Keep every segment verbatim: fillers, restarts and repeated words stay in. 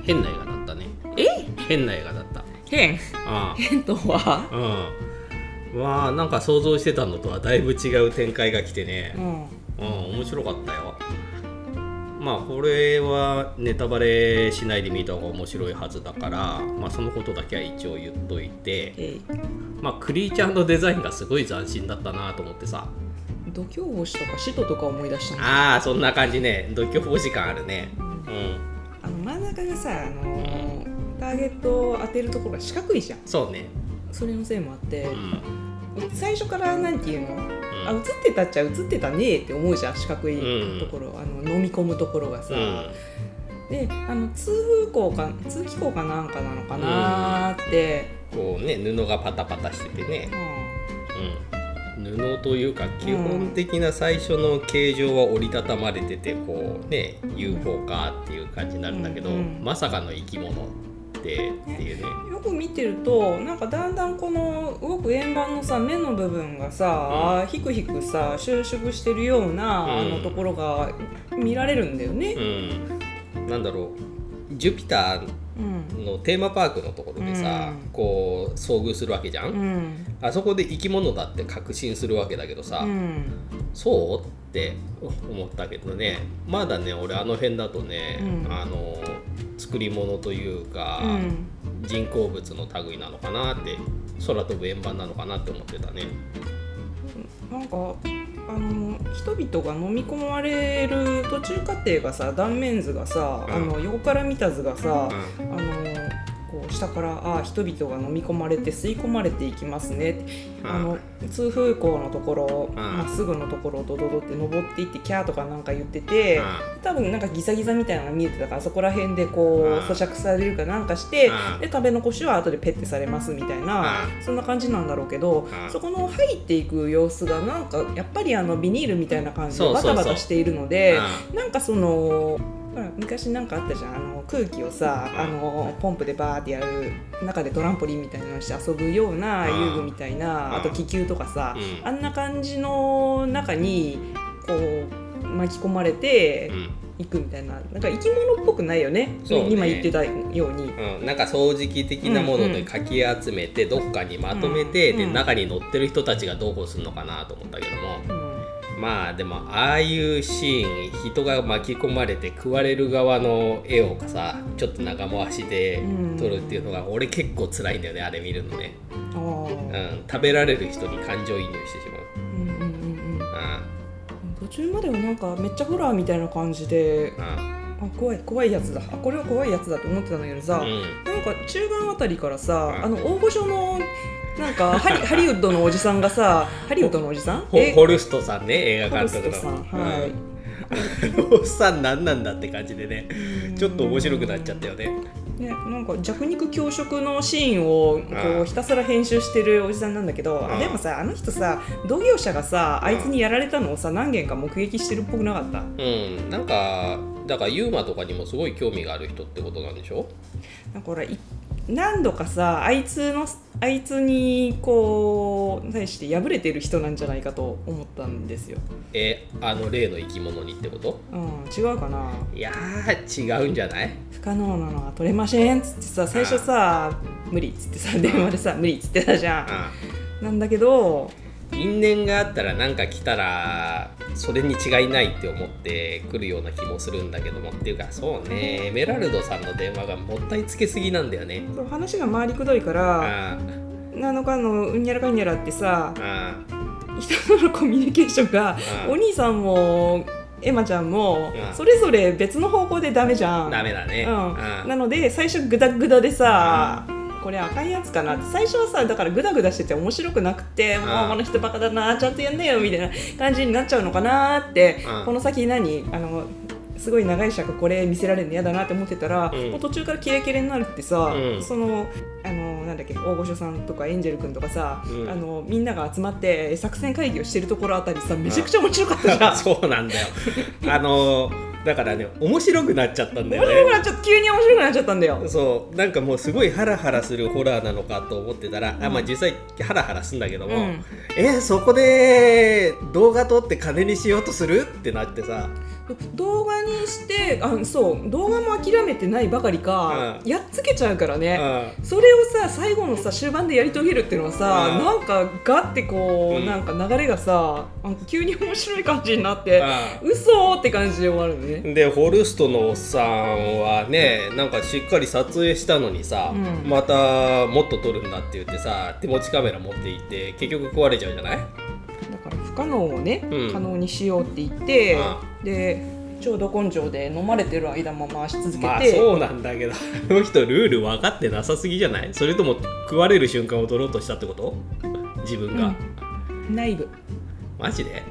変な映画だったね。 え変な映画だった。 変ああ変とはうんまあなんか想像してたのとはだいぶ違う展開が来てね、 うん、 うん、面白かったよ。まあこれはネタバレしないで見た方が面白いはずだから、まあ、そのことだけは一応言っといて、 えいまあクリーチャーのデザインがすごい斬新だったなと思ってさ。 度胸星とか使徒とか思い出したんだ。 ああそんな感じね。度胸星感あるね。うん、 あの真ん中がさ、あのーうん、ターゲットを当てるところが四角いじゃん。 そうね。 それのせいもあって、 うん、 最初からなんていうの、うん、あ映ってたっちゃ映ってたねーって思うじゃん、四角いところ、うん、あの飲み込むところがさ、うん、であの通風口か通気口かなんかなのかなーって、 うん、こうね布がパタパタしててね、うんうん、布というか基本的な最初の形状は折りたたまれててこうね ユーフォー かっていう感じになるんだけど、うんうん、まさかの生き物ってっていうね。 よく見てるとなんかだんだんこの動く円盤のさ目の部分がさ、うん、ひくひくさ収縮してるような、うん、あのところが見られるんだよね、 うん、なんだろうジュピターのテーマパークのところでさ、うん、こう遭遇するわけじゃん、うん、あそこで生き物だって確信するわけだけどさ、うん、そうって思ったけどね。まだね俺あの辺だとね、うん、あの作り物というか、うん、人工物の類なのかなって空飛ぶ円盤なのかなって思ってたね。 なんかあの人々が飲み込まれる途中過程がさ断面図がさ、うん、あの横から見た図がさ、うん、あのこう下からあ人々が飲み込まれて吸い込まれていきますね、うん、あの通風口のところま、うん、っすぐのところをドドドって登っていってキャーとかなんか言ってて、うん、多分なんかギザギザみたいなのが見えてたからそこら辺でこう、うん、咀嚼されるかなんかして、うん、で食べ残しは後でペッてされますみたいな、うん、そんな感じなんだろうけど、うん、そこの入っていく様子がなんかやっぱりあのビニールみたいな感じでバタバタしているので、そうそうそう、うん、なんかその昔なんかあったじゃん、あの空気をさあのポンプでバーってやる中でトランポリンみたいなのして遊ぶような遊具みたいな、あと気球とかさ、うん、あんな感じの中にこう巻き込まれていくみたいな、なんか生き物っぽくないよ ね, ね今言ってたように、うん、 なんか掃除機的なものでかき集めてどっかにまとめて、うんうん、で中に乗ってる人たちがどうこうするのかなと思ったけども、うんまあでもああいうシーン人が巻き込まれて食われる側の絵をさちょっと長回しで撮るっていうのが俺結構辛いんだよねあれ見るのね、うん、食べられる人に感情移入してしまう、うんうんうんうん、 途中まではなんかめっちゃホラーみたいな感じで、あ怖い怖いやつだあこれは怖いやつだと思ってたんだけどさ、うん、なんか中盤あたりからさ、うん、あの大御所のなんかハリ、ハリウッドのおじさんがさハリウッドのおじさんホルストさんね映画監督のホルストさん、はい、うん、おっさん何なんだって感じでねちょっと面白くなっちゃったよね。 ね、なんか弱肉強食のシーンをこうひたすら編集してるおじさんなんだけど、あでもさあの人さ同業者がさあいつにやられたのをさ何件か目撃してるっぽくなかった？ うんなんかだからユーマとかにもすごい興味がある人ってことなんでしょ？ なんかほら何度かさあいつのあいつにこう対して敗れてる人なんじゃないかと思ったんですよ。 えあの例の生き物にってこと？ うん違うかな。 いやー違うんじゃない？ 不可能なのは取れませんっつってさ最初さ無理っつってさ電話でさ無理っつってたじゃん。なんだけど因縁があったらなんか来たらそれに違いないって思ってくるような気もするんだけどもっていうかそうねエメラルドさんの電話がもったいつけすぎなんだよね。 そう話が回りくどいからなのかのうんにゃらかんにゃらってさ人とのコミュニケーションがお兄さんもエマちゃんもそれぞれ別の方向でダメじゃん。 ダメだね、 うん、なので最初グダグダでさこれ赤いやつかなって最初はさだからグダグダしてて面白くなくてもうこの人バカだなちゃんとやんなよみたいな感じになっちゃうのかなってこの先何あのすごい長い尺これ見せられるの嫌だなって思ってたら、うん、もう途中からキレキレになるってさ、うん、そのあのなんだっけ大御所さんとかエンジェル君とかさ、うん、あのみんなが集まって作戦会議をしてるところあたりさめちゃくちゃ面白かったじゃん。 そうなんだよあのだからね面白くなっちゃったんだよね。 面白くなっちゃった急に面白くなっちゃったんだよ。 そうなんかもうすごいハラハラするホラーなのかと思ってたら、うん、あまあ実際ハラハラするんだけども、うん、えそこで動画撮って金にしようとするってなってさ動画にしてあそう動画も諦めてないばかりか、うん、やっつけちゃうからね、うん、それをさ最後のさ終盤でやり遂げるっていうのはさ、うん、なんかガッてこう、うん、なんか流れがさ急に面白い感じになって、うん、嘘って感じで終わるね。 でホルストのおっさんはねなんかしっかり撮影したのにさ、うん、またもっと撮るんだって言ってさ手持ちカメラ持っていって結局壊れちゃうじゃない。 だから不可能をね、うん、可能にしようって言って、うん、でちょうど根性で飲まれてる間も回し続けて、 まあそうなんだけどあの人ルール分かってなさすぎじゃない。それとも食われる瞬間を取ろうとしたってこと自分が、 うん、内部マジで、 うん、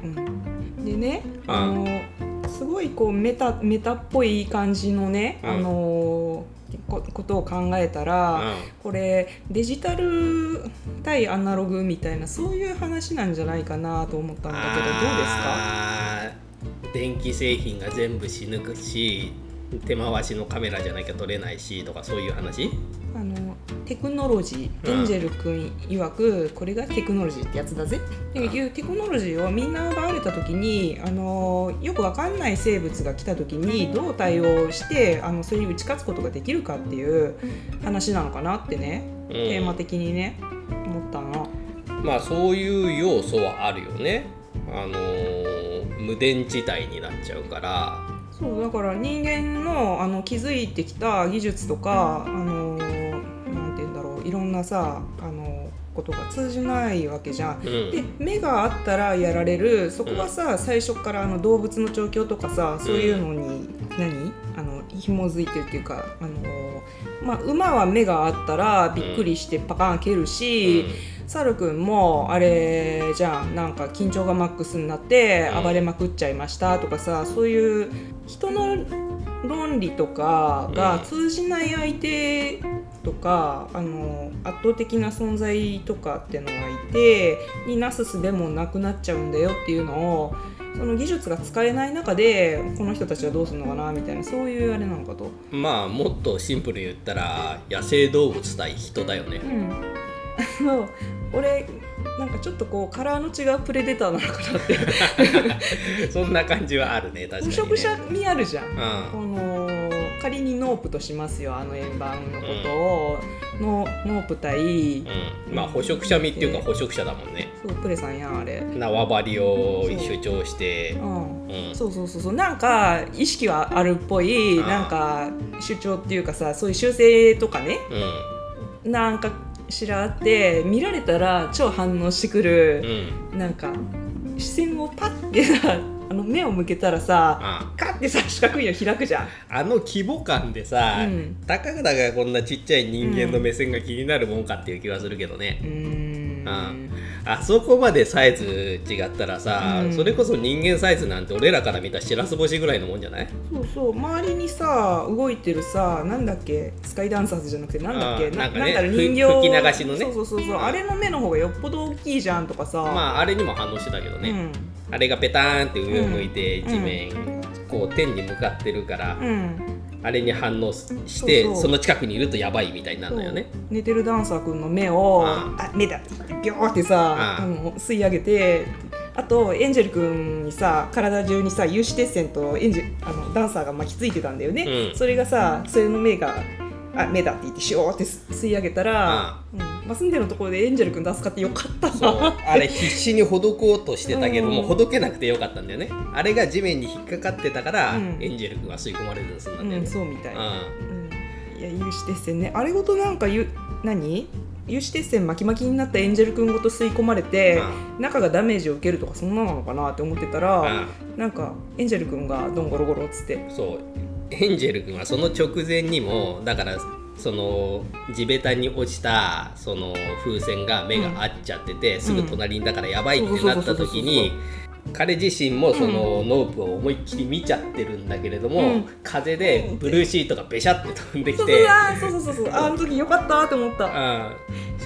でねあのすごいこうメタ、メタっぽい感じのね、うん、あのこ, ことを考えたら、うん、これデジタル対アナログみたいなそういう話なんじゃないかなと思ったんだけどどうですか。 電気製品が全部死ぬし手回しのカメラじゃなきゃ撮れないしとかそういう話。 あのテクノロジー、うん、エンジェル君曰くこれがテクノロジーってやつだぜっていうテクノロジーをみんな奪われた時にあのよくわかんない生物が来た時にどう対応してあのそれに打ち勝つことができるかっていう話なのかなってね、うん、テーマ的にね思ったの。 まあそういう要素はあるよね。あのー、無電池体になっちゃうから。 そうだから人間 の, あの築いてきた技術とか、あのなんて言うんだろういろんなさあのことが通じないわけじゃん、うん、で目があったらやられるそこはさ、うん、最初からあの動物の状況とかさそういうのに、うん、何あの紐づいてるっていうかあの、まあ、馬は目があったらびっくりしてパカン蹴るし、うんサルくんもあれじゃんなんか緊張がマックスになって暴れまくっちゃいましたとかさそういう人の論理とかが通じない相手とかあの圧倒的な存在とかっていうのがいてになすすべもなくなっちゃうんだよっていうのをその技術が使えない中でこの人たちはどうするのかなみたいなそういうあれなのかと。 まあもっとシンプルに言ったら野生動物対人だよね。 うん俺なんかちょっとこうカラーの違うプレデターなのかなってそんな感じはあるね。確かにね。 捕食者味あるじゃん、うん、この仮にノープとしますよあの円盤のことを、うん、のノープ対、 うん、まあ捕食者味っていうか捕食者だもんね。 そうプレさんやんあれ縄張りを主張してそう、うんうん、そうそうそうそうなんか意識はあるっぽいなんか主張っていうかさそういう習性とかね、うん、なんか知らって見られたら超反応してくる、うん、なんか視線をパッてさあの目を向けたらさああカッてさ四角いの開くじゃん。 あの規模感でさ、うん、たかだかこんなちっちゃい人間の目線が気になるもんかっていう気はするけどね、うん、あ, あそこまでサイズ違ったらさ、うん、それこそ人間サイズなんて俺らから見たしらす干しぐらいのもんじゃない。 そうそう周りにさ動いてるさなんだっけスカイダンサーズじゃなくてなんだっけな ん, か、ね、なんか人形吹き流しのねそうそうそうそう、うん、あれの目の方がよっぽど大きいじゃんとかさまああれにも反応してたけどね、うんあれがペターンって上を向いて地面、うん、こう天に向かってるから、うん、あれに反応してそうそうその近くにいるとやばいみたいになるのよね。 寝てるダンサーくんの目をああ目だってビョーってさあの吸い上げてあとエンジェルくんにさ体中にさ有刺鉄線とエンジェあのダンサーが巻きついてたんだよね、うん、それがさそれの目があ目だって言ってシューって吸い上げたら、うんまあ、住んでるところでエンジェル君助かってよかったなあれ必死にほどこうとしてたけども、うん、ほどけなくてよかったんだよね。あれが地面に引っかかってたから、うん、エンジェル君は吸い込まれるんですんだね、 うん、そうみたい、うんうん、いや有刺鉄線ねあれごとなんかゆ何有刺鉄線巻き巻きになったエンジェル君ごと吸い込まれて、うん、中がダメージを受けるとかそんななのかなって思ってたら、うん、なんかエンジェル君がどんゴロゴロっつってそうエンジェル君はその直前にもだからその地べたに落ちたその風船が目が合っちゃってて、うん、すぐ隣にだからやばいってなった時に彼自身もそのノープを思いっきり見ちゃってるんだけれども、うん、風でブルーシートがベシャって飛んできて、 そうそうそうそうあの時よかったって思った。 あそ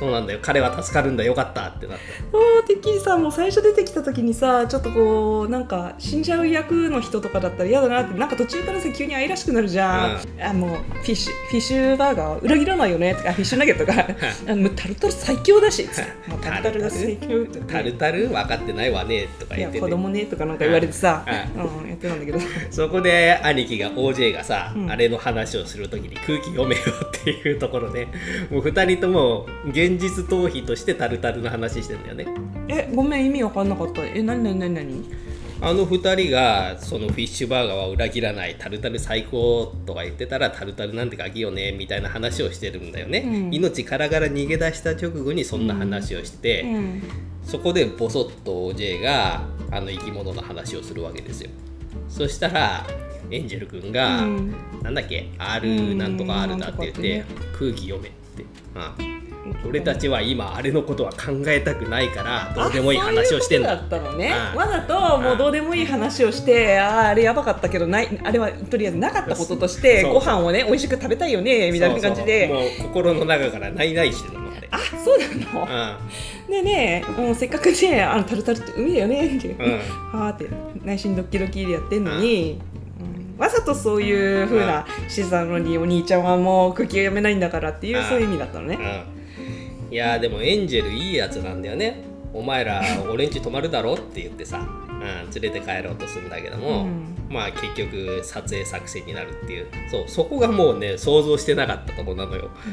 そうなんだよ、彼は助かるんだ、よかったってなった。 おーてっきりさ、もう最初出てきた時にさ、ちょっとこうなんか死んじゃう役の人とかだったら嫌だなって、なんか途中からさ急に愛らしくなるじゃん、うん、あもうフィッシュフィッシュバーガーは裏切らないよねとか、フィッシュナゲットがあのタルタル最強だしもうタルタルが最強とか、 タルタル分かってないわねとか言って、ね、 いや子供ねとかなんか言われてさ、うん、やってたんだけどそこで兄貴が オージェー がさ、うん、あれの話をするときに空気読めよっていうところで、もうふたりとも現実逃避としてタルタルの話してんだよね。 え、ごめん意味わかんなかった。え、なになになになに？ あのふたりがそのフィッシュバーガーは裏切らない、タルタル最高とか言ってたら、タルタルなんてガキよねみたいな話をしてるんだよね、うん、命からがら逃げ出した直後にそんな話をして、うんうん、そこでボソッと オージェー があの生き物の話をするわけですよ。そしたらエンジェル君が、うん、なんだっけ R なんとか R だって言って、ね、空気読めって、ああ俺たちは今あれのことは考えたくないからどうでもいい話をしてんだ。 そういうことだったのね。わざともうどうでもいい話をして、あああれやばかったけどない、あれはとりあえずなかったこととしてご飯をね美味しく食べたいよねみたいな感じで、 そうそうもう心の中からないないしてるのあれ。 あ、そうなの、うん、でね、もうせっかくねあのタルタルって海だよねって、うん、はーって内心ドッキドキでやってんのに、うん、わざとそういう風なしてたのに、お兄ちゃんはもう空気が読めないんだからっていう、そういう意味だったのね。 うん、いやでもエンジェルいいやつなんだよね。お前ら俺んち泊まるだろって言ってさ、うん、連れて帰ろうとするんだけども、うん、まあ結局撮影作戦になるっていう、そうそこがもうね想像してなかったところなのよ、うん、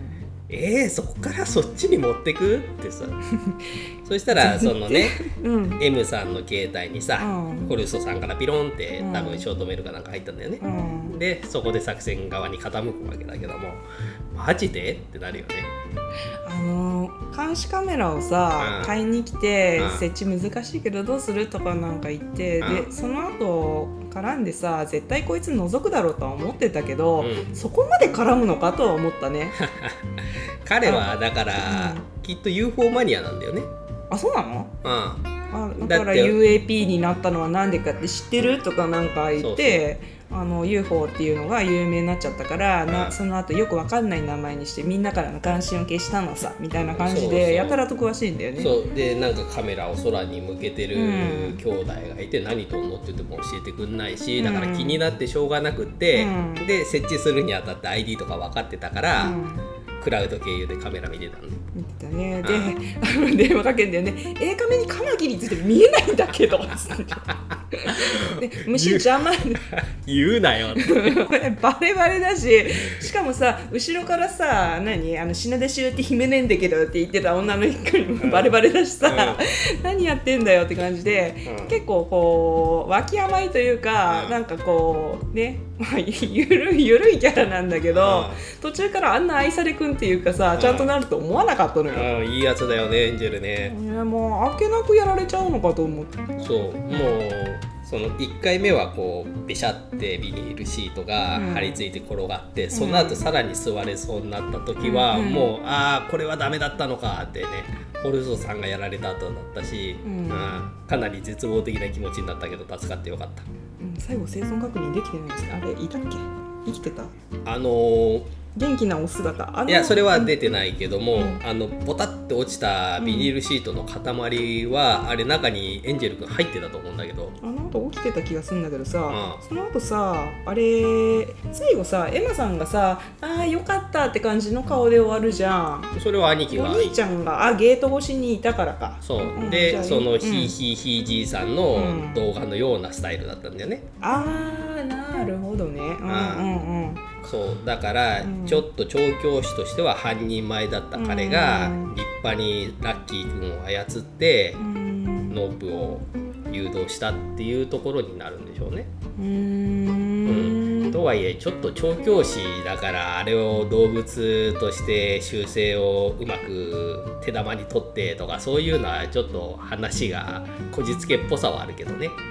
えー、そこからそっちに持ってくってさそしたらそのね、うん、M さんの携帯にさ、うん、コルソさんからピロンって多分ショートメールかなんか入ったんだよね、うん、でそこで作戦側に傾くわけだけども、マジでってなるよね。 あの監視カメラをさ、うん、買いに来て、うん、設置難しいけどどうするとかなんか言って、うん、でその後絡んでさ、絶対こいつ覗くだろうとは思ってたけど、うん、そこまで絡むのかとは思ったね彼はだから、うん、きっと ユーフォー マニアなんだよね。 あ、そうなの？ うん、 あだから ユーエーピー になったのはなんでかって知ってるとかなんか言って、そうそうあの ユーフォー っていうのが有名になっちゃったからな、その後よくわかんない名前にしてみんなからの関心を消したのさみたいな感じでやたらと詳しいんだよね。 そうで、なんかカメラを空に向けてる兄弟がいて、うん、何撮んのって言っても教えてくんないし、だから気になってしょうがなくって、うん、で設置するにあたって アイディー とか分かってたから、うん、クラウド経由でカメラ見てたんで見てたね。で、あの電話かけんだよね。A カメにカマキリついて見えないんだけどで虫邪魔言うなよこれバレバレだし、しかもさ後ろからさ、何あの品出しゅうって姫ねんだけどって言ってた女の人にもバレバレだしさ、うん、何やってんだよって感じで、うん、結構こう脇甘いというか、うん、なんかこうねゆるいゆるいキャラなんだけど、うん、途中からあんな愛されくんっていうかさ、ちゃんとなると思わなかったのよ。 うん、いいやつだよねエンジェルね。 いやもうあっけなくやられちゃうのかと思って。 そうもうそのいっかいめはこうベシャってビニールシートが張り付いて転がって、うん、その後さらに座れそうになった時は、うん、もうああこれはダメだったのかってね、ホルソさんがやられた後だったし、うん、かなり絶望的な気持ちになったけど助かってよかった、 うん、最後生存確認できてないんですか？あれいたっけ？生きてた？ あのー元気なお姿あれ。 いやそれは出てないけども、うん、あのボタって落ちたビニールシートの塊は、うん、あれ中にエンジェル君入ってたと思うんだけど、 あの後起きてた気がするんだけどさ、うん、その後さあれ最後さエマさんがさあーよかったって感じの顔で終わるじゃん。 それは兄貴がお兄ちゃんがあゲート越しにいたからか。 そう、うん、でそのヒーヒーヒーじいさんの動画のようなスタイルだったんだよね、 うん、あーなるほどね。うんうんうんそうだからちょっと調教師としては半人前だった彼が立派にラッキー君を操ってノープを誘導したっていうところになるんでしょうね。うーん、うん、とはいえちょっと調教師だからあれを動物として習性をうまく手玉に取ってとかそういうのはちょっと話がこじつけっぽさはあるけどね。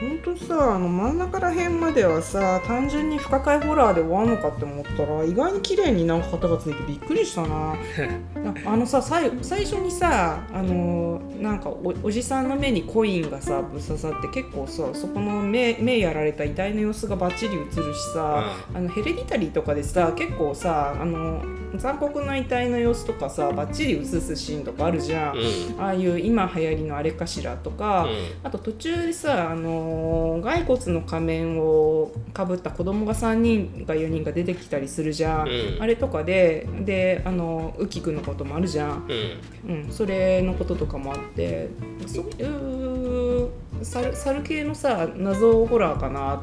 ほんとさ、あの真ん中ら辺まではさ単純に不可解ホラーで終わるのかって思ったら意外に綺麗になんか型がついてびっくりしたなあのさ最最初にさあのなんか お, おじさんの目にコインがさぶっ刺さって結構さそこの 目, 目やられた遺体の様子がバッチリ映るしさ、うん、あのヘレディタリーとかでさ結構さあの残酷な遺体の様子とかさバッチリ映すシーンとかあるじゃん、うん、ああいう今流行りのあれかしらとか、うん、あと途中でさあの骸骨の仮面をかぶった子供がさんにんかよにんが出てきたりするじゃん、うん、あれとかでであのウキ君のこともあるじゃん、うんうん、それのこととかもあってそういう猿、猿系のさ謎ホラーかなって、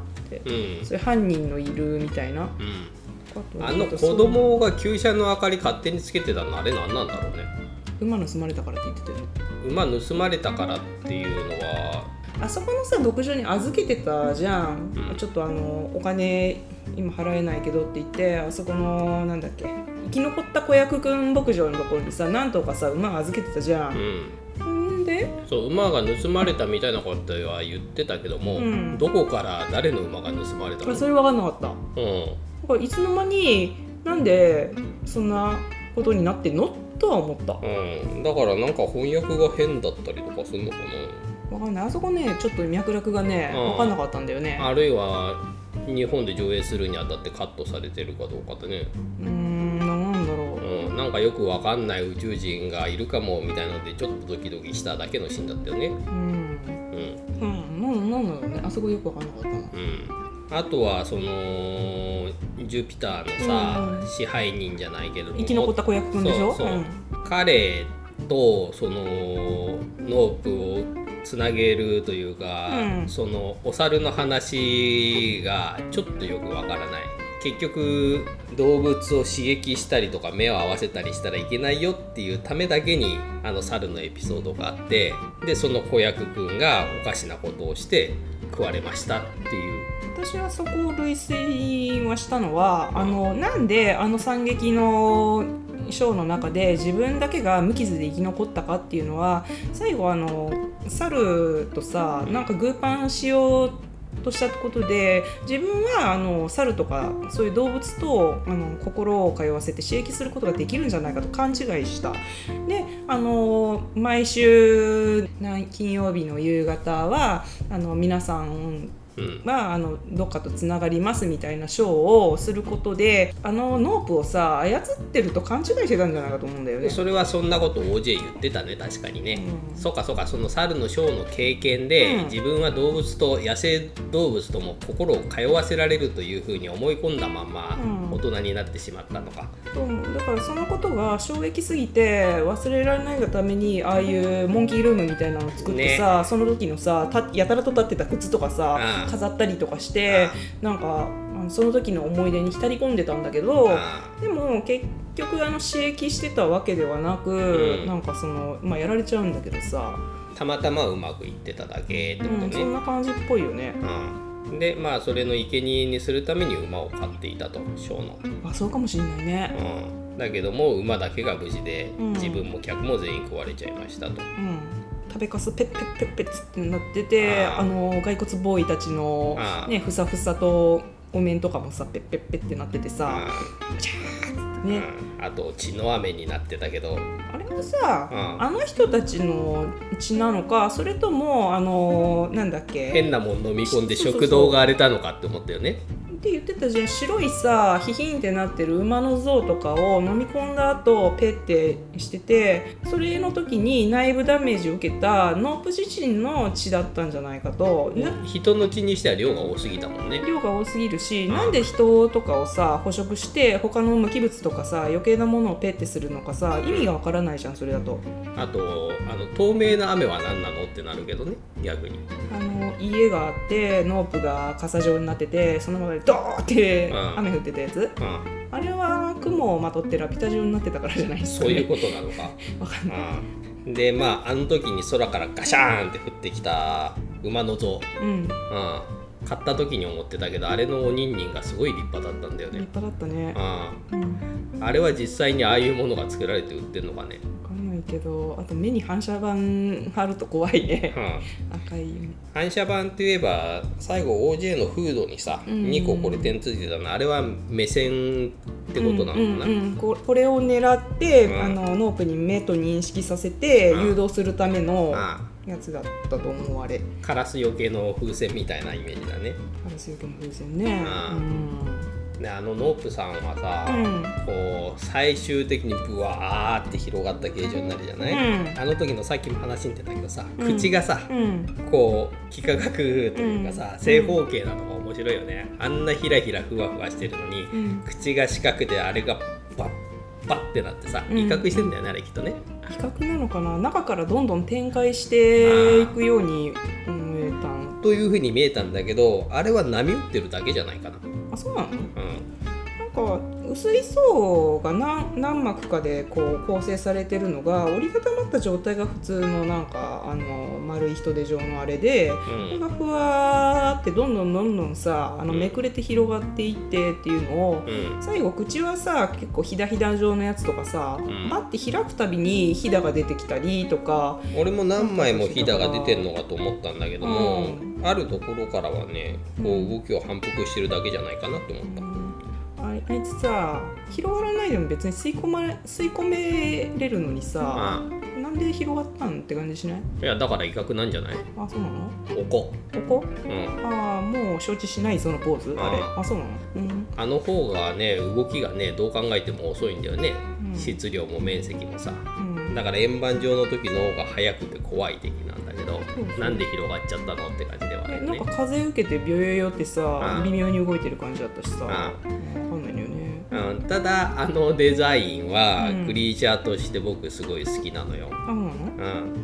うん、それ犯人のいるみたいな、うんあの子供が旧車の明かり勝手につけてたのあれ何なんだろうね。 馬盗まれたからって言ってたよね。 馬盗まれたからっていうのはあそこのさ牧場に預けてたじゃん、うん、ちょっとあのお金今払えないけどって言ってあそこのなんだっけ生き残った子役くん牧場のところにさ何とかさ馬預けてたじゃん、うんでそう馬が盗まれたみたいなことは言ってたけども、うん、どこから誰の馬が盗まれたの？ それ分かんなかった、うん、いつの間になんでそんなことになってんのとは思った、 うん、だからなんか翻訳が変だったりとかするのかな。 わかんないあそこねちょっと脈絡がね、うん、分かんなかったんだよね。 あるいは日本で上映するにあたってカットされてるかどうかってねうーんなんだろう、 うん、なんかよく分かんない宇宙人がいるかもみたいなのでちょっとドキドキしただけのシーンだったよね。うんうん、うん、なんなんだろうねあそこよく分かんなかったな。 うんあとはそのジュピターのさ、うん、支配人じゃないけど生き残った子役くんでしょ。 そうそう、うん、彼とそのノープをつなげるというか、うん、そのお猿の話がちょっとよくわからない。結局動物を刺激したりとか目を合わせたりしたらいけないよっていうためだけにあの猿のエピソードがあってでその子役くんがおかしなことをして食われましたっていう。 私はそこを類推はしたのは、うん、あのなんであの惨劇のショーの中で自分だけが無傷で生き残ったかっていうのは最後あの猿とさなんかグーパンしようとしたことで自分はあの猿とかそういう動物とあの心を通わせて刺激することができるんじゃないかと勘違いした。であの毎週金曜日の夕方はあの皆さんはあのどっかとつながりますみたいなショーをすることであのノープをさ操ってると勘違いしてたんじゃないかと思うんだよね。 それはそんなことを オージェー 言ってたね確かにね、うん、そうかそうかその猿のショーの経験で、うん、自分は動物と野生動物とも心を通わせられるというふうに思い込んだまま大人になってしまったのか、 うん、だからそのことが衝撃すぎて忘れられないがためにああいうモンキールームみたいなのを作ってさ、ね、その時のさたやたらと立ってた靴とかさ、うん飾ったりとかしてなんかその時の思い出に浸り込んでたんだけどでも結局あの刺激してたわけではなく、うん、なんかその、まあ、やられちゃうんだけどさたまたまうまくいってただけってことね、 うん、そんな感じっぽいよね、 うん、でまあそれの生贄にするために馬を飼っていたとショーのあそうかもしれないね、 うん、だけども馬だけが無事で、うん、自分も客も全員食われちゃいましたと、うん食べかすペッペッペッペッってなってて あ, あの骸骨ボーイたちの、ね、ふさふさとお面とかもさペッペッペッってなっててさジャーってねあ, あと血の雨になってたけどあれはさあの人たちの血なのかそれともあのなんだっけ変なもん飲み込んで食道が荒れたのかって思ったよねって言ってたじゃん白いさヒヒンってなってる馬の像とかを飲み込んだ後ペッてしててそれの時に内部ダメージを受けたノープ自身の血だったんじゃないかと人の血にしては量が多すぎたもんね量が多すぎるし、うん、なんで人とかをさ捕食して他の無機物とかさ余計なものをペッてするのかさ意味がわからないじゃんそれだとあとあの透明な雨は何なのってなるけどね逆にあの家があってノープが傘状になっててそのままでドーって雨降ってたやつ、うん、あれは雲をまとってラピュタ状になってたからじゃないですか、ね、 そういうことなのかわかんない、 うん、でまああの時に空からガシャーンって降ってきた馬の像、うんうん、買った時に思ってたけどあれのおにんにんがすごい立派だったんだよね立派だったね、 うんうん、あれは実際にああいうものが作られて売ってるのかねわかんないいけど、あと目に反射板貼ると怖いね、うん、赤い反射板って言えば最後 オージェー のフードにさ、うん、にここれ点ついてたの、あれは目線ってことなのかな、うんうんうん、 こ, これを狙って、うん、あのノープに目と認識させて誘導するためのやつだったと思う、あれカラスよけの風船みたいなイメージだね。 カラスよけの風船ね、 うん、であのノープさんはさ、うん、こう最終的にブワーって広がった形状になるじゃない、うん、あの時のさっきも話に出たけどさ、うん、口がさ、うん、こう幾何学というかさ、うん、正方形なのが面白いよね。あんなひらひらふわふわしてるのに、うん、口が四角であれがバッバッってなってさ、威嚇してんだよね、うん、あれきっとね。 威嚇なのかな、中からどんどん展開していくように見えたんというふうに見えたんだけど、あれは波打ってるだけじゃないかな。 あ、そうなの？うん、なんか薄い層が 何, 何膜かでこう構成されてるのが折りたたまった状態が普通のなんかあの丸い人手状のあれで、うん、これがふわーってどんどんどんどんさあのめくれて広がっていってっていうのを、うん、最後口はさ結構ひだひだ状のやつとかさ、うん、バッて開くたびにひだが出てきたりとか、 俺も何枚もひだが出てるのかと思ったんだけども、うん、あるところからはねこう動きを反復してるだけじゃないかなって思った、うん。 あいつさ広がらないでも別に吸い込まれ吸い込めれるのにさ、ああなんで広がったんって感じしない？ いやだから威嚇なんじゃない？ あ、そうなの？ おこおこ、うん、ああもう承知しないそのポーズあれ、あ、そうなの、うん、 あの方がね動きがねどう考えても遅いんだよね、うん、質量も面積もさ、うん、だから円盤状の時の方が速くて怖い敵なんだけど、うん、なんで広がっちゃったのって感じではあるよね。 なんか風受けてビョヨヨってさ微妙に動いてる感じだったしさ、ああ分かんないんだよね。 うん、ただあのデザインはクリーチャーとして僕すごい好きなのよ、うんうん、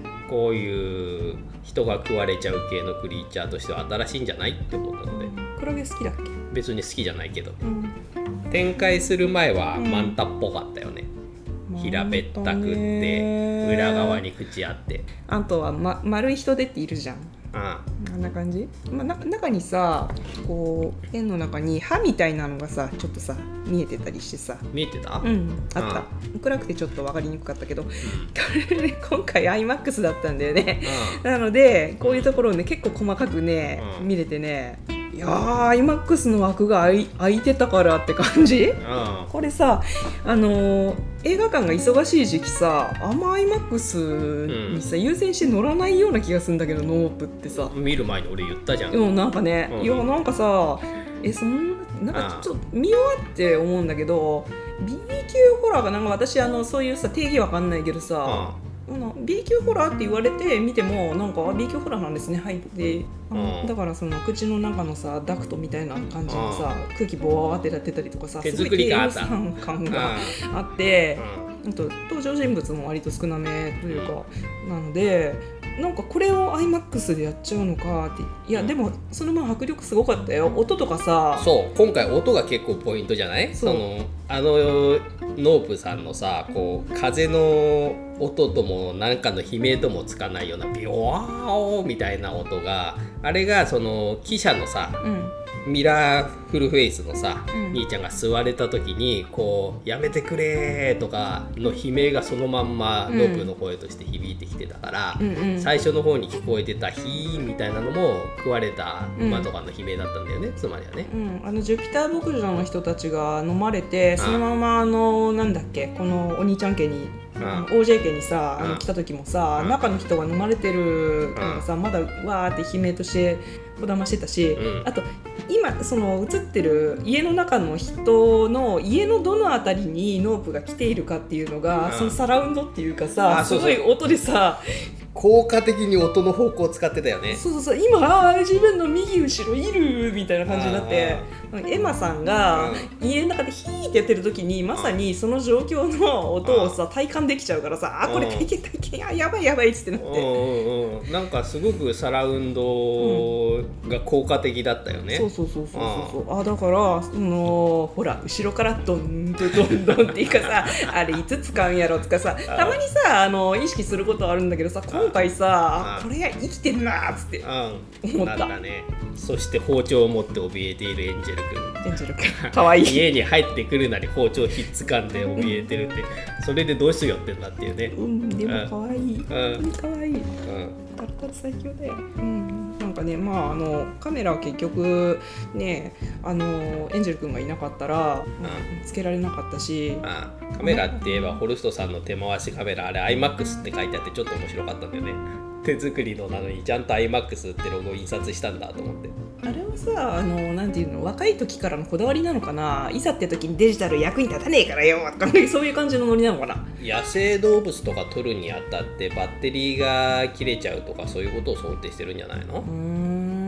こういう人が食われちゃう系のクリーチャーとしては新しいんじゃないって思ったので。 クラゲ好きだっけ？ 別に好きじゃないけど、うん、展開する前はマンタっぽかったよね、うん、平べったくって裏側に口あって、 あとは、ま、丸い人手っているじゃん。あんな感じ、まあ、な中にさこう円の中に歯みたいなのがさちょっとさ見えてたりしてさ。 見えてた？ うん、あった。暗くてちょっと分かりにくかったけど、うん、これね今回 アイマックス だったんだよね、うん、なのでこういうところをね結構細かくね、うん、見れてね、いやー アイマックス の枠が開い、開いてたからって感じ、うん、これさあのー、映画館が忙しい時期さあんま アイマックス にさ、うん、優先して乗らないような気がするんだけど、ノープってさ見る前に俺言ったじゃん。 でもなんかね、うん、いやなんかさえそんななんかちょっと見終わって思うんだけど ビー 級ホラーがなんか私あのそういうさ定義わかんないけどさ、うん、ビー 級ホラーって言われて見てもなんか ビー 級ホラーなんですね入ってあの、うん、だからその口の中のさダクトみたいな感じのさ、うん、空気ボワーってやってたりとかさ手作り感感があって、うん、あと登場人物も割と少なめというか、うん、なのでなんかこれを アイマックス でやっちゃうのかって。いや、うん、でもそのまま迫力すごかったよ。音とかさ、 そう今回音が結構ポイントじゃない？そのあのノープさんのさこう風の音とも何かの悲鳴ともつかないようなビワーオみたいな音が、あれがその汽車のさ、うんミラーフルフェイスのさ、うん、兄ちゃんが吸われた時にこうやめてくれとかの悲鳴がそのまんまノープの声として響いてきてたから、うんうん、最初の方に聞こえてたヒーみたいなのも食われた馬とかの悲鳴だったんだよね、うん、つまりはね、 うん、あのジュピター牧場の人たちが飲まれてそのままあのなんだっけこのお兄ちゃん家にオージェー 家にさあの来た時もさ中の人が飲まれてるのがさまだわーって悲鳴としてこだましてたし、うん、あと今その映ってる家の中の人の家のどのあたりにノープが来ているかっていうのが、うん、そのサラウンドっていうかさすごい音でさ効果的に音の方向を使ってたよね。 そうそうそう今あ自分の右後ろいるみたいな感じになってエマさんが家の中でヒーってやってる時にまさにその状況の音をさ体感できちゃうからさあこれ体験体験あやばいやばいっつってなって、 うんうん、なんかすごくサラウンドが効果的だったよね、 うん、そうそうそうそうそうあだからそのほら後ろからドンドンドンドンっていうかさあれいつ使うんやろとかさたまにさあの意識することあるんだけどさ今回さこれ生きてんなーっつって思った、 うん、なんかねそして包丁を持って怯えているエンジェル君エンジェル君かわいい家に入ってくるなり包丁ひっつかんで怯えてるってそれでどうしようってんだっていうね。 うんでもかわいい、うん、本当にかわいい、うん、タルタル最強だよ、うん、なんかねまああのカメラは結局ねあのエンジェル君がいなかったら、うん、つけられなかったし、 ああカメラって言えばホルストさんの手回しカメラあれ アイマックス って書いてあってちょっと面白かったんだよね。手作りのなのにちゃんと アイマックス ってロゴ印刷したんだと思って。 あれはさあのなんていうの若い時からのこだわりなのかな。いざって時にデジタル役に立たねえからよとかそういう感じのノリなのかな。 野生動物とか撮るにあたってバッテリーが切れちゃうとかそういうことを想定してるんじゃないの。うーん、うん、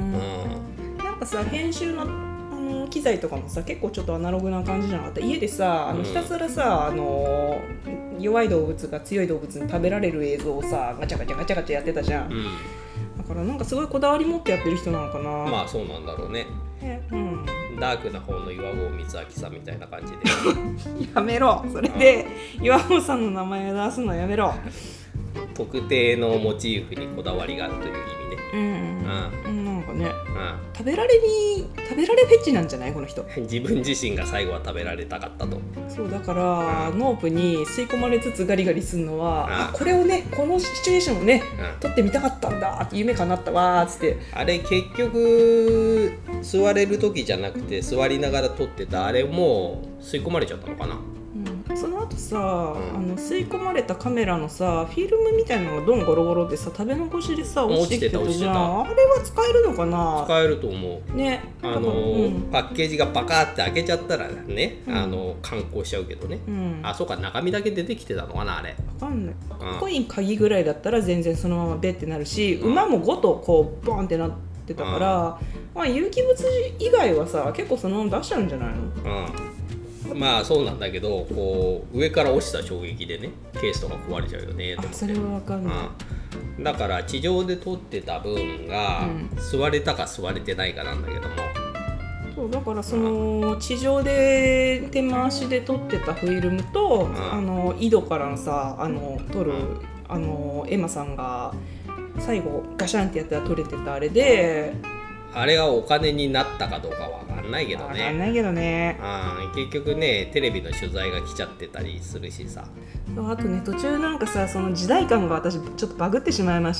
なんかさ編集の機材とかもさ結構ちょっとアナログな感じじゃなかった。家でさあのひたすらさ、うん、あの弱い動物が強い動物に食べられる映像をさガチャガチャガチャガチャやってたじゃん、うん、だからなんかすごいこだわり持ってやってる人なのかな。 まあそうなんだろうね。え、うん、ダークな方の岩合光明さんみたいな感じでやめろそれで岩合さんの名前を出すのやめろ特定のモチーフにこだわりがあるという意味ね。 うんうん、なんかね、うん、食べられに食べられフェチなんじゃないこの人。 自分自身が最後は食べられたかったと。 そうだから、うん、ノープに吸い込まれつつガリガリするのは、うん、あこれをねこのシチュエーションをね、うん、撮ってみたかったんだって夢叶ったわーっつって。 あれ結局座れる時じゃなくて座りながら撮ってたあれも吸い込まれちゃったのかな。 その後さ、うん、あの吸い込まれたカメラのさフィルムみたいなのがどんゴロゴロってさ食べ残しでさ落ちてきてたじゃん。あれは使えるのかな。 使えると思うね。 あの、うん、パッケージがパカーって開けちゃったらね、うん、あの観光しちゃうけどね、うん、あそうか中身だけ出てきてたのかなあれ。 わかんない、うん、コイン鍵ぐらいだったら全然そのままベってなるし、うん、馬もごとこうボンってなってたから、うんまあ、有機物以外はさ結構そのまま出しちゃうんじゃないの。うんまあそうなんだけどこう上から落ちた衝撃でねケースとか壊れちゃうよねって。 あそれは分かんない、 うん、だから地上で撮ってた分が、うん、座れたか座れてないかなんだけども。 そうだからその地上で手回しで撮ってたフィルムと、うん、あの井戸からのさあの撮る、うん、あのエマさんが最後ガシャンってやったら撮れてたあれで、 あれがお金になったかどうかわかんないけどね。 わかんないけどね。 あ結局ねテレビの取材が来ちゃってたりするしさ。 あとね途中なんかさその時代感が私ちょっとバグってしまいまして、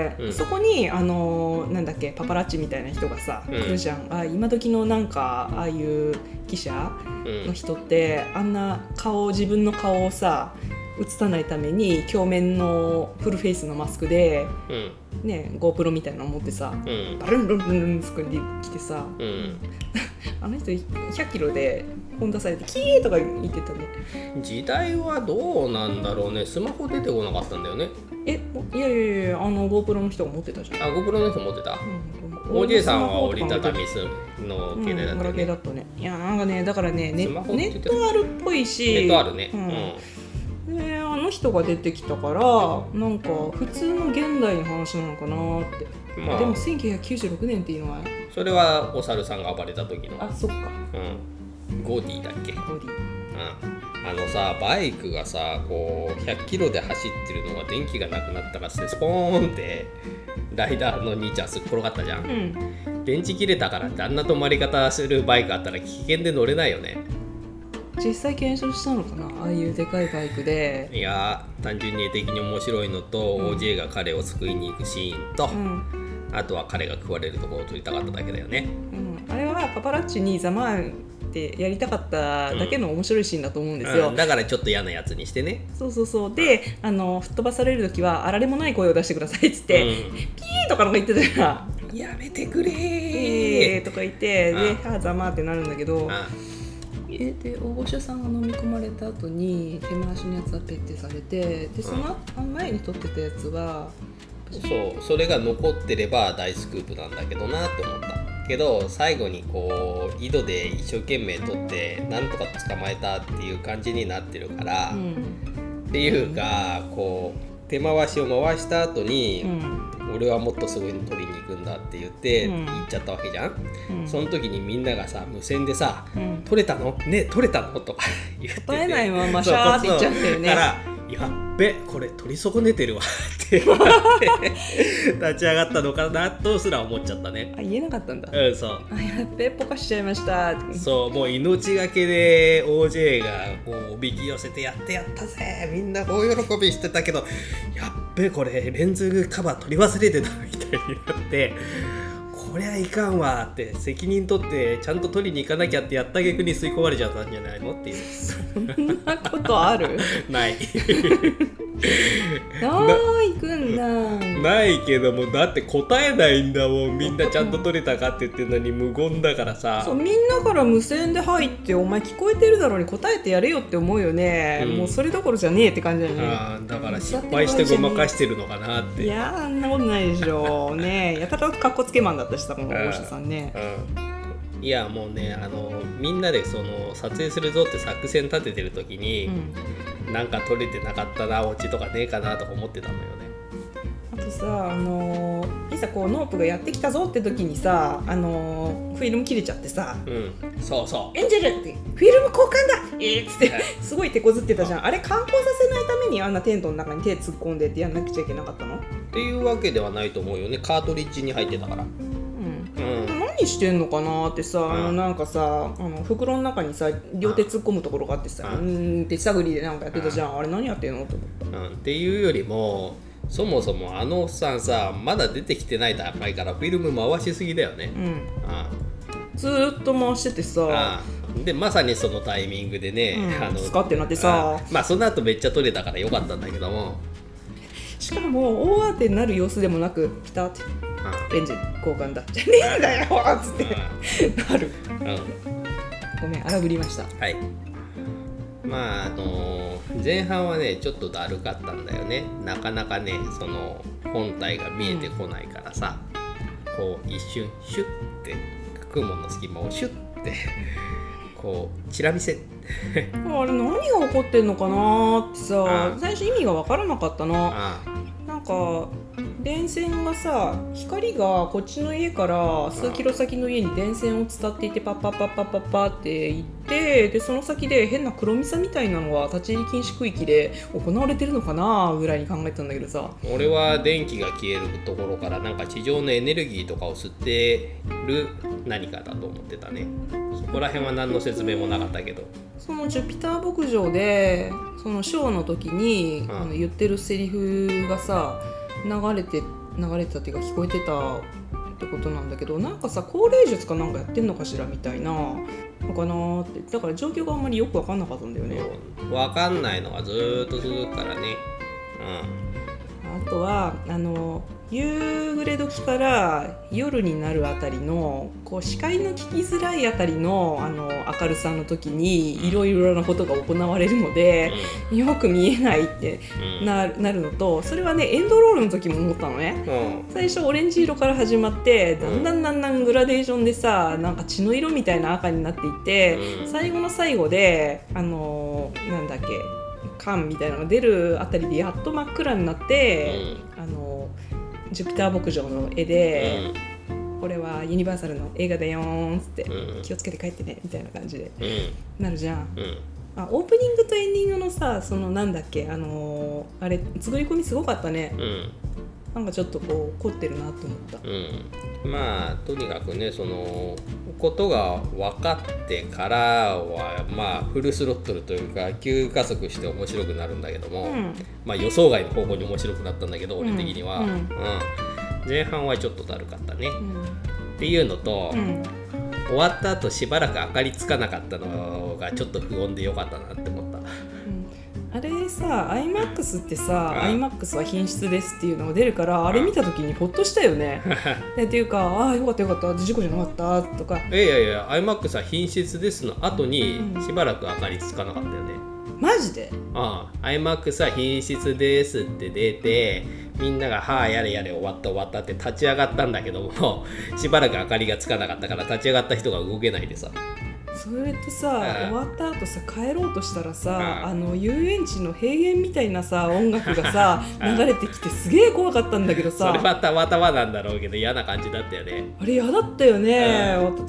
うん、そこにあのなんだっけパパラッチみたいな人がさ、うん、来るじゃん。あ今時のなんかああいう記者の人って、うん、あんな顔自分の顔をさ映さないために鏡面のフルフェイスのマスクで、うんね、GoPro みたいなの持ってさ、うん、バルンルンルンルン作り来てさ、うん、あの人ひゃっキロで本出されてキーとか言ってたね。 時代はどうなんだろうね。スマホ出てこなかったんだよね。 えいやいやいやあの GoPro の人が持ってたじゃん。 あ GoPro の人持ってた、うん、オージェー さんは折りたたみすの携帯だったよね、 うん、だったね。いやなんかねだからねネ, ネットあるっぽいしネットあるね、うんうんであの人が出てきたからなんか普通の現代の話なのかなって、まあ、でもせんきゅうひゃくきゅうじゅうろくねんっていうのはそれはお猿さんが暴れた時のあそっか、 うん、ゴディだっけゴディ、うん、 あのさバイクがさこうひゃっキロで走ってるのが電気がなくなったからしてスポーンってライダーの兄ちゃんすっ転がったじゃん、うん、電池切れたからってあんな止まり方するバイクあったら危険で乗れないよね。 実際検証したのかなああいうでかいバイクで。 いや単純に絵的に面白いのと、うん、オージェー が彼を救いに行くシーンと、うん、あとは彼が食われるところを撮りたかっただけだよね、 うん、あれはパパラッチにザマーンってやりたかっただけの面白いシーンだと思うんですよ、 うんうん、だからちょっと嫌なやつにしてね。 そうそうそうであの吹っ飛ばされる時はあられもない声を出してくださいっつって、うん、ピーとかのが言ってたらやめてくれー、 えー、とか言ってではザマーってなるんだけどえで大御所さんが飲み込まれた後に手回しのやつはペッてされてでその前に撮ってたやつは、 うん、そうそれが残ってれば大スクープなんだけどなって思ったけど最後にこう井戸で一生懸命撮ってなんとか捕まえたっていう感じになってるから、うん、っていうかこう手回しを回した後に、うん、俺はもっとすごいの取りに行くんだって言って、うん、行っちゃったわけじゃん、うん、その時にみんながさ無線でさ、うん、取れたのね取れたのとか言ってて答えないままシャーって言っちゃったよね。 だからやっべこれ取り損ねてるわって言って立ち上がったのかなとすら思っちゃったね。 あ、言えなかったんだ。 うん、そう。 あ、やっべポカしちゃいました。 そう、もう命がけで オージェー がこうおびき寄せてやってやったぜ、みんな大喜びしてたけど、やっべこれレンズカバー取り忘れてたみたいになって、こりゃいかんわって責任取ってちゃんと取りに行かなきゃってやった逆に吸い込まれちゃったんじゃないのっていう。 そんなことある？ ないあー行くんだ。 ないけども、だって答えないんだもん。みんなちゃんと取れたかって言ってるのに無言だからさ。 そう、みんなから無線で入ってお前聞こえてるだろうに答えてやれよって思うよね、うん、もうそれどころじゃねえって感じだよね。 あ、だから失敗してごまかしてるのかなって。 いやあんなことないでしょうね。やたらとかっこつけマンだったしさ、この大下さんね。 うん、いやもうね、あのみんなでその撮影するぞって作戦立ててる時に、うん、なんか撮れてなかったな、オチとかねえかなとか思ってたのよね。 あとさ、あのー、いざこうノープがやってきたぞって時にさ、あのー、フィルム切れちゃってさ、 うん、そうそうエンジェルってフィルム交換だえーっつってすごい手こずってたじゃん。あれ観光させないためにあんなテントの中に手突っ込んでってやんなくちゃいけなかったのっていうわけではないと思うよね。カートリッジに入ってたから。 うん、何してんのかなってさ、うん、あのなんかさ、あの袋の中にさ両手突っ込むところがあってさ、うん、うんって手探りでなんかやってたじゃん。あれ何やってんのって思った、 うん、っていうよりも、そもそもあのおっさんさ、まだ出てきてない段階からフィルム回しすぎだよね。うん、ああずーっと回しててさ、 ああでまさにそのタイミングでね、 うん、あのスカってなってさ、 あまあその後めっちゃ撮れたからよかったんだけども、 しかも大当てになる様子でもなくピタッてレンジ交換だじゃねえんだよっつってなる、うん、ごめん荒ぶりました。 はい。まああのー、前半はねちょっとだるかったんだよね。なかなかねその本体が見えてこないからさ、うん、こう一瞬シュッて雲の隙間をシュッてこうチラ見せあれ何が起こってんのかなってさ、最初意味が分からなかったの。ああなんか電線がさ、光がこっちの家から数キロ先の家に電線を伝っていてパッパッパッパッパッパって行って、でその先で変な黒みさみたいなのが立ち入り禁止区域で行われてるのかなぐらいに考えてたんだけどさ、 俺は電気が消えるところからなんか地上のエネルギーとかを吸ってる何かだと思ってたね。そこら辺は何の説明もなかったけど、 そのジュピター牧場でそのショーの時に、うん、あの言ってるセリフがさ流れて流れてたっていうか聞こえてたってことなんだけど、なんかさ高齢術かなんかやってんのかしらみたいなのかなって、だから状況があんまりよく分かんなかったんだよね。 分かんないのがずーっと続くからね。 うん、あとはあの夕暮れ時から夜になるあたりのこう視界の聞きづらいあたり の, あの明るさの時にいろいろなことが行われるので、うん、よく見えないって な,、うん、なるのと、それはねエンドロールの時も思ったのね、うん、最初オレンジ色から始まってだんだんだんだんグラデーションでさ、なんか血の色みたいな赤になっていって、うん、最後の最後であのなんだっけ缶みたいなのが出るあたりでやっと真っ暗になって、うん、あのジュピター牧場の絵で、うん、これはユニバーサルの映画だよーんって、うん、気をつけて帰ってねみたいな感じで、うん、なるじゃん、うん、あオープニングとエンディングのさ、そのなんだっけ、あのー、あれ作り込みすごかったね、うん、なんかちょっとこう凝ってるなと思った、 うん、まあとにかくねそのことが分かってからはまあフルスロットルというか急加速して面白くなるんだけども、うん、まあ予想外の方向に面白くなったんだけど、俺的には、うんうん、前半はちょっとだるかったね、うん、っていうのと、うん、終わった後しばらく明かりつかなかったのがちょっと不穏でよかったなって思った、うん、 あれさ アイマックス ってさ アイマックス は品質ですっていうのが出るから、あれ見た時にほっとしたよねっていうか、ああよかったよかった事故じゃなかったとか、 いやいや アイマックス は品質ですの後にしばらく明かりつかなかったよね、 うん、マジで？ ああ アイマックス は品質ですって出て、みんながはあやれやれ終わった終わったって立ち上がったんだけどもしばらく明かりがつかなかったから立ち上がった人が動けないでさ、 それってさ、終わった後さ帰ろうとしたらさ、あの遊園地の閉園みたいなさ音楽がさ流れてきてすげえ怖かったんだけどさ、 それはたまたまなんだろうけど嫌な感じだったよね。 あれ嫌だったよね、私こ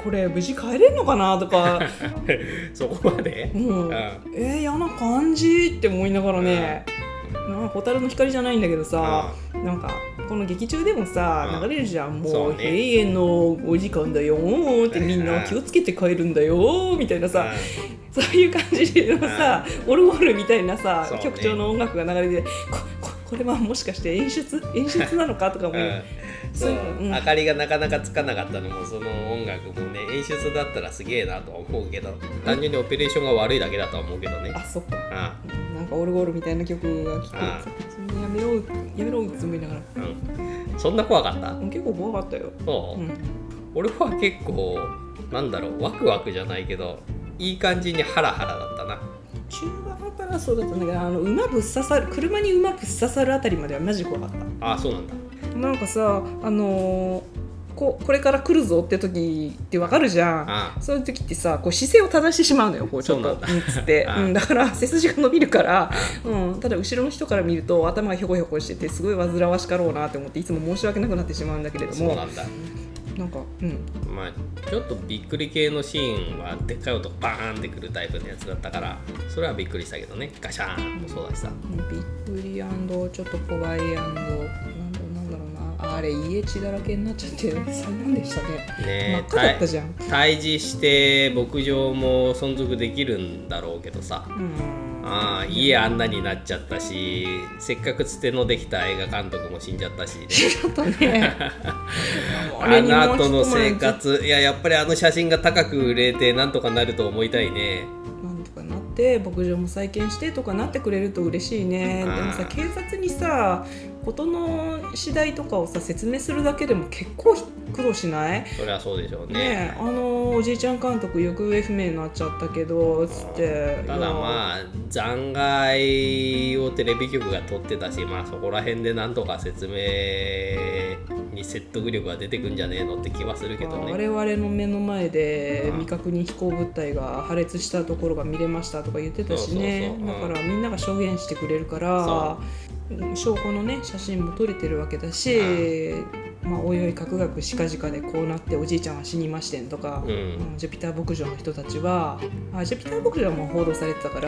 これ無事帰れんのかなとかそこまで、 うん、えー、嫌な感じって思いながらね、うん、なんか蛍の光じゃないんだけどさ、うん、なんかこの劇中でもさ、うん、流れるじゃん、もう、ね、閉園のお時間だよってみんな気をつけて帰るんだよみたいなさ、うん、そういう感じのさ、うん、オルゴールみたいなさ、ね、曲調の音楽が流れて、こ, こ, これはもしかして演出演出なのかとかも、うんそう、うん、明かりがなかなかつかなかったのもその音楽もね演出だったらすげえなとは思うけど、単純にオペレーションが悪いだけだとは思うけどね。 あ、そっか。ああ、なんかオルゴールみたいな曲が聴く、ああ、そんなやめろやめろって思いながら、 うん、そんな怖かった？ 結構怖かったよ。 そう、うん、俺は結構なんだろう、ワクワクじゃないけどいい感じにハラハラだったな。 中盤からそうだったんだけど、あの馬ぶっ刺さる車に馬ぶっ刺さるあたりまではマジ怖かった。 あ、そうなんだ。 なんかさ、あのー、こ, これから来るぞって時って分かるじゃん。ああ、そういう時ってさ、こう姿勢を正してしまうのよ、こうちょっとつって、ああ、うん、だから背筋が伸びるから、うん、ただ後ろの人から見ると頭がひょこひょこしててすごい煩わしかろうなって思っていつも申し訳なくなってしまうんだけれども。 そうなんだ。 なんか、うん、まあちょっとびっくり系のシーンはでっかい音バーンってくるタイプのやつだったからそれはびっくりしたけどね。ガシャーンもそうだしさ、 びっくり&ちょっと怖い&なんだろうな、あれ家血だらけになっちゃってそんなんでしたね。ね、真っ赤だったじゃん。 退治して牧場も存続できるんだろうけどさ、うん、ああ家あんなになっちゃったし、せっかくつてのできた映画監督も死んじゃったし、ね、 死んじゃったねあの後の生活、いややっぱりあの写真が高く売れてなんとかなると思いたいね。 なんとかなって牧場も再建してとかなってくれると嬉しいね。でもさ、警察にさ事の次第とかをさ説明するだけでも結構苦労しない？ そりゃそうでしょうね。 ね、あのおじいちゃん監督行方不明になっちゃったけどつって、 ただまあ残骸をテレビ局が撮ってたし、まあそこら辺でなんとか説明に説得力が出てくんじゃねえのって気はするけどね。 我々の目の前で未確認飛行物体が破裂したところが見れましたとか言ってたしね。だからみんなが証言してくれるから証拠のね写真も撮れてるわけだし、まあ、おいおいかくがくしかじかでこうなっておじいちゃんは死にましてんとか、うん、ジュピター牧場の人たちはあジュピター牧場はもう報道されてたから、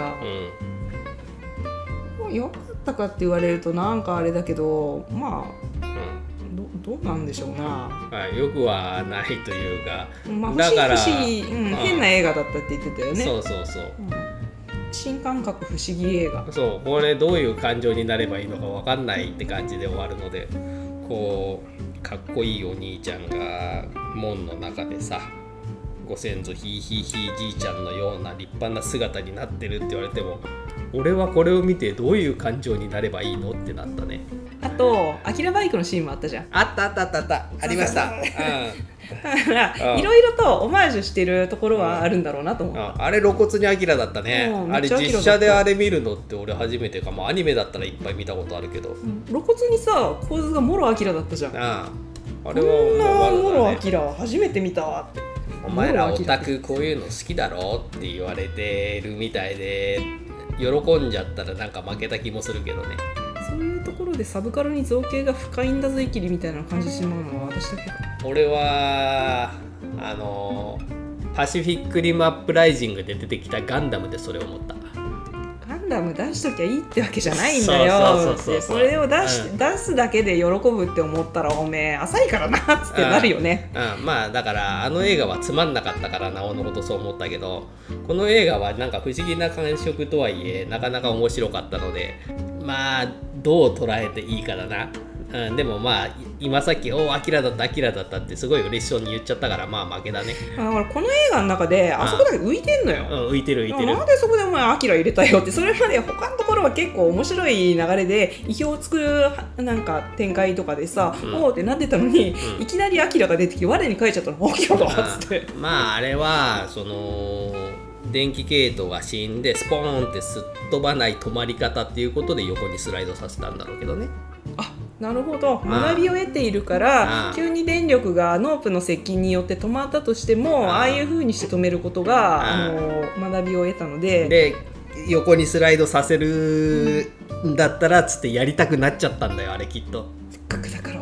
うん、よかったかって言われるとなんかあれだけどまあ、うん、ど, どうなんでしょうな、 はい、よくはないというか、 まあ、だから不思議、うん、変な映画だったって言ってたよね。 そうそうそう、うん、 新感覚不思議映画。 そうこれどういう感情になればいいのか分かんないって感じで終わるので、こうかっこいいお兄ちゃんが門の中でさご先祖ひいひいひいじいちゃんのような立派な姿になってるって言われても俺はこれを見てどういう感情になればいいのってなったね。 あとアキラバイクのシーンもあったじゃん。 あったあったあったあったありました。 だからいろいろとオマージュしてるところはあるんだろうなと思った。 あ, あれ露骨にアキラだったね。あれ実写であれ見るのって俺初めてかも。アニメだったらいっぱい見たことあるけど、うん、 露骨にさ構図がモロアキラだったじゃん。 ああれはこんなモロアキラ初めて見たわって。 お前らオタクこういうの好きだろって言われてるみたいで喜んじゃったらなんか負けた気もするけどね。 そういうところでサブカルに造形が深いんだぞイキリみたいな感じてしまうのは私だけど。 俺はあのパシフィックリムアップライジングで出てきたガンダムでそれを思った。 ガンダム出しときゃいいってわけじゃないんだよ。それを出し、うん、出すだけで喜ぶって思ったらおめえ浅いからなっつってなるよね。 うんうん、まあだからあの映画はつまんなかったからなおのことそう思ったけど、この映画はなんか不思議な感触とはいえなかなか面白かったので、まあどう捉えていいかだな。うん、でもまあ今さっき「おアキラだったアキラだった」ってすごい嬉しそうに言っちゃったからまあ負けだね。 だからこの映画の中であそこだけ浮いてんのよ。 うん、浮いてる浮いてる。 なんでそこでお前アキラ入れたよって。それまで他のところは結構面白い流れで意表を作るなんか展開とかでさ、うん、おーってなってたのに、うん、いきなりアキラが出てきて我に返っちゃったの。アキラだっつって。 まああれはその電気系統が死んでスポーンってすっ飛ばない止まり方っていうことで横にスライドさせたんだろうけどね。 あ、なるほど。学びを得ているから急に電力がノープの接近によって止まったとしても あ, ああいう風にして止めることがあの学びを得たので、 で横にスライドさせるんだったらつってやりたくなっちゃったんだよあれきっと。 せっかくだから俺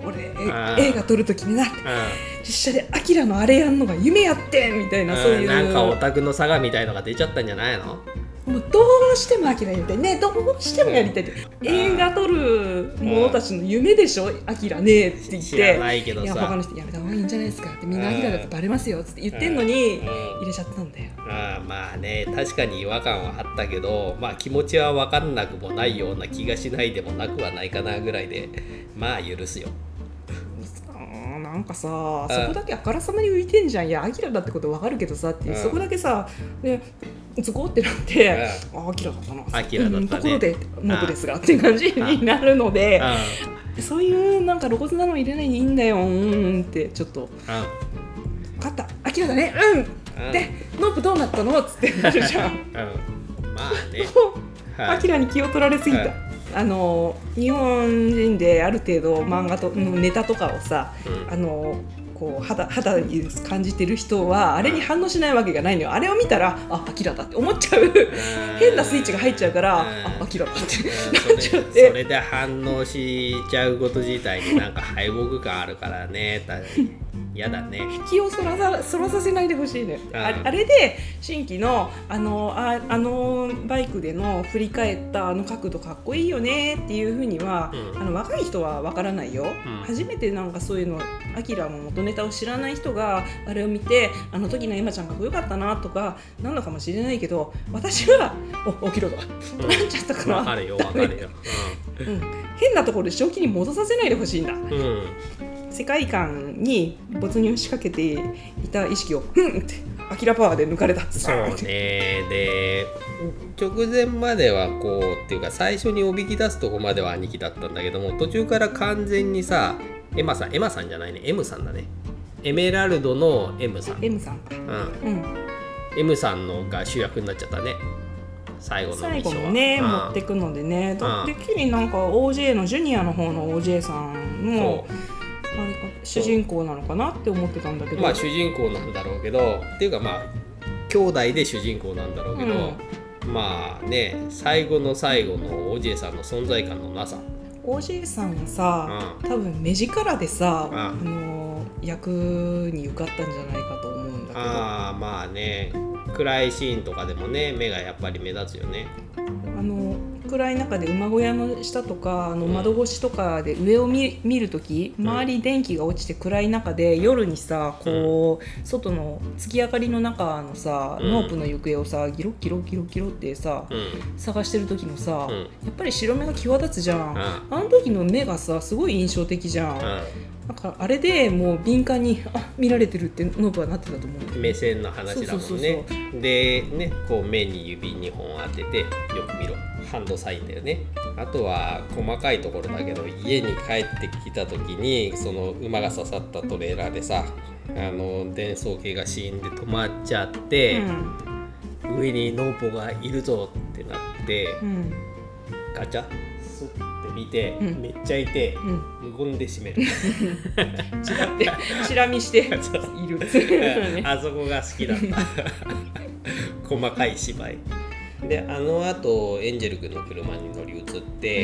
映画撮るときにな実写でアキラのあれやんのが夢やってんみたいな、そういうなんかオタクの差がみたいのが出ちゃったんじゃないの。 もうどうしてもアキラやりたいね、どうしてもやりたいって、映画撮る者たちの夢でしょアキラねって言って、 知らないけどさ、 いや他の人やめた方がいいんじゃないですかって、みんなアキラだとバレますよって言ってんのに入れちゃったんだよ。 あまあね、確かに違和感はあったけど、まあ気持ちは分かんなくもないような気がしないでもなくはないかなぐらいで、まあ許すよ。 なんかさ、そこだけあからさまに浮いてんじゃん。いやアキラだってこと分かるけどさっていう、そこだけさでズコってなって、あアキラだったな、 アキラだったね、 ところでノブですがっていう感じになるので、そういうなんか露骨なの入れないでいいんだよ、うんってちょっと分かった、アキラだね、うんでノブどうなったのっつってなるじゃん。 まあね、 アキラに気を取られすぎた。あの日本人である程度漫画とのネタとかをさ、うん、あのこう 肌, 肌に感じてる人はあれに反応しないわけがないのよ。あれを見たらあアキラだって思っちゃう変なスイッチが入っちゃうからあアキラだってなっちゃって、 それで反応しちゃうこと自体になんか敗北感あるからね嫌だね。 気をそらさ、そらさせないでほしいね。あ, あれで新規のあの あ, あのバイクでの振り返ったあの角度かっこいいよねっていうふうには、うん、あの若い人はわからないよ、うん、初めてなんかそういうのアキラの元ネタを知らない人があれを見てあの時のエマちゃんかっこよかったなとかなのかもしれないけど、私はおアキラだ、うん、なっちゃったからわかるよわかるよ、 うんうん、変なところで正気に戻させないでほしいんだ、うん世界観に没入しかけていた意識をふんってアキラパワーで抜かれた。 そうね。で直前まではこうっていうか最初におびき出すとこまでは兄貴だったんだけども、途中から完全にさエマさんエマさんじゃないね M さんだね、エメラルドの M さん M さんか、うんうん、 M さんのが主役になっちゃったね最後の最後のね、うん、持ってくのでね、うん、てっきりなんか オージェー のジュニアの方の オージェー さんのあれか主人公なのかなって思ってたんだけど、 まあ主人公なんだろうけどっていうかまあ兄弟で主人公なんだろうけど、うん、まあね最後の最後の オージェー さんの存在感のなさ、 オージェー さんはさ、うん、多分目力でさ、うん、あの役に受かったんじゃないかと思うんだけど、 ああまあね暗いシーンとかでもね目がやっぱり目立つよね。 あの暗い中で馬小屋の下とかあの窓越しとかで上を 見, 見るとき周り電気が落ちて暗い中で夜にさこう、うん、外の月明かりの中のさ、うん、ノープの行方をさギロギロギロギロってさ、うん、探してる時のさ、うん、やっぱり白目が際立つじゃん、うん、あの時の目がさすごい印象的じゃん、うん、なんかあれでもう敏感にあ見られてるってノープはなってたと思う。 目線の話だもんね。でねこう目に指にほん当ててよく見ろハンドサインだよね。あとは細かいところだけど家に帰ってきた時にその馬が刺さったトレーラーでさあの電装系がシーンで止まっちゃって、うん、上にノーポがいるぞってなって、うん、ガチャスッて見て、うん、めっちゃいて、うん、無言で閉めるチラってチラ見しているあそこが好きだった細かい芝居で、あのあとエンジェル君の車に乗り移って、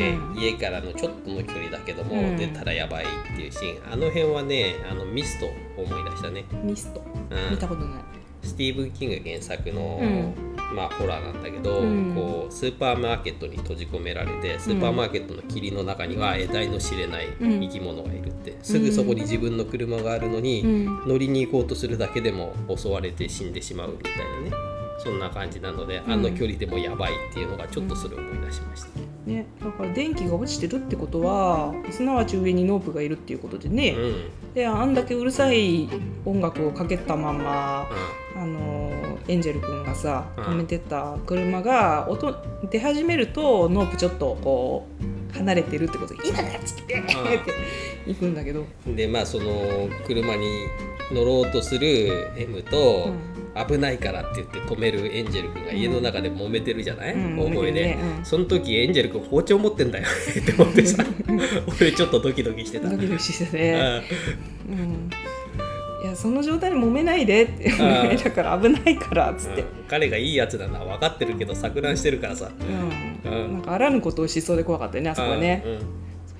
うん、家からのちょっとの距離だけども、うん、出たらやばいっていうシーン、あの辺はねあのミストを思い出したね。 ミスト、うん、見たことない。 スティーブン・キング原作の、うん、まあホラーなんだけど、うん、こうスーパーマーケットに閉じ込められてスーパーマーケットの霧の中には得体の知れない生き物がいるって、うん、すぐそこに自分の車があるのに、うん、乗りに行こうとするだけでも襲われて死んでしまうみたいなね、そんな感じなので、あの距離でもやばいっていうのがちょっとそれを思い出しました、 うんね、だから電気が落ちてるってことはすなわち上にノープがいるっていうことでね、うん、であんだけうるさい音楽をかけたまま、うん、あのエンジェル君がさ止めてた車が音出始めるとノープちょっとこう離れてるってことで今だっつってって行くんだけど、 でまあその車に乗ろうとする M と、うん、危ないからって言って止めるエンジェル君が家の中で揉めてるじゃない、うん、大声で、うん、その時エンジェル君包丁持ってんだよって思ってさ俺ちょっとドキドキしてた。 ドキドキしてね、うん、いやその状態で揉めないでってだから危ないからっつって、うん、 彼がいいやつなのは分かってるけど錯乱してるからさ、 うんうん、なんかあらぬことをしそうで怖かったよねあそこはね、うん、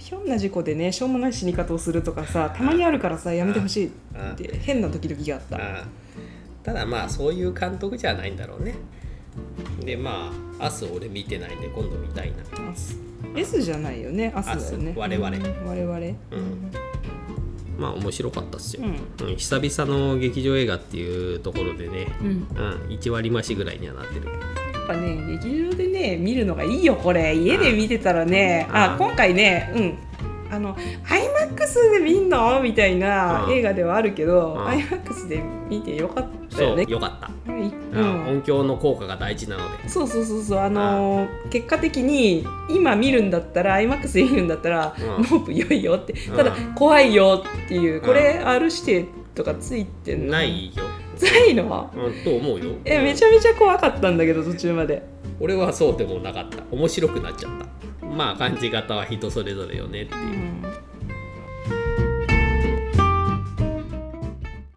ひょんな事故でねしょうもない死に方をするとかさたまにあるからさやめてほしいって変なドキドキがあった。 あただまあそういう監督じゃないんだろうね。でまあ明日俺見てないんで今度見たいな。 S じゃないよね、明日だよね。 我々、うん、 我々、うん、 まあ面白かったっすよ、うんうん、久々の劇場映画っていうところでね、うんうん、いち割増しぐらいにはなってる。 やっぱね劇場でね見るのがいいよ。これ家で見てたらね、ああ今回ねうんあの アイマックス で見んのみたいな映画ではあるけど アイマックス で見てよかったよね。 そうよかった、 うんうん、音響の効果が大事なので。 そうそうそうそうあのー、結果的に今見るんだったら アイマックス で見るんだったら、うん、ノープ良いよって。ただ、うん、怖いよっていうこれ、うん、R 指定とかついてんのないよ。 ないの、 うん、と思うよ。 えめちゃめちゃ怖かったんだけど途中まで。 俺はそうでもなかった。面白くなっちゃった。まあ感じ方は人それぞれよねっていう、うん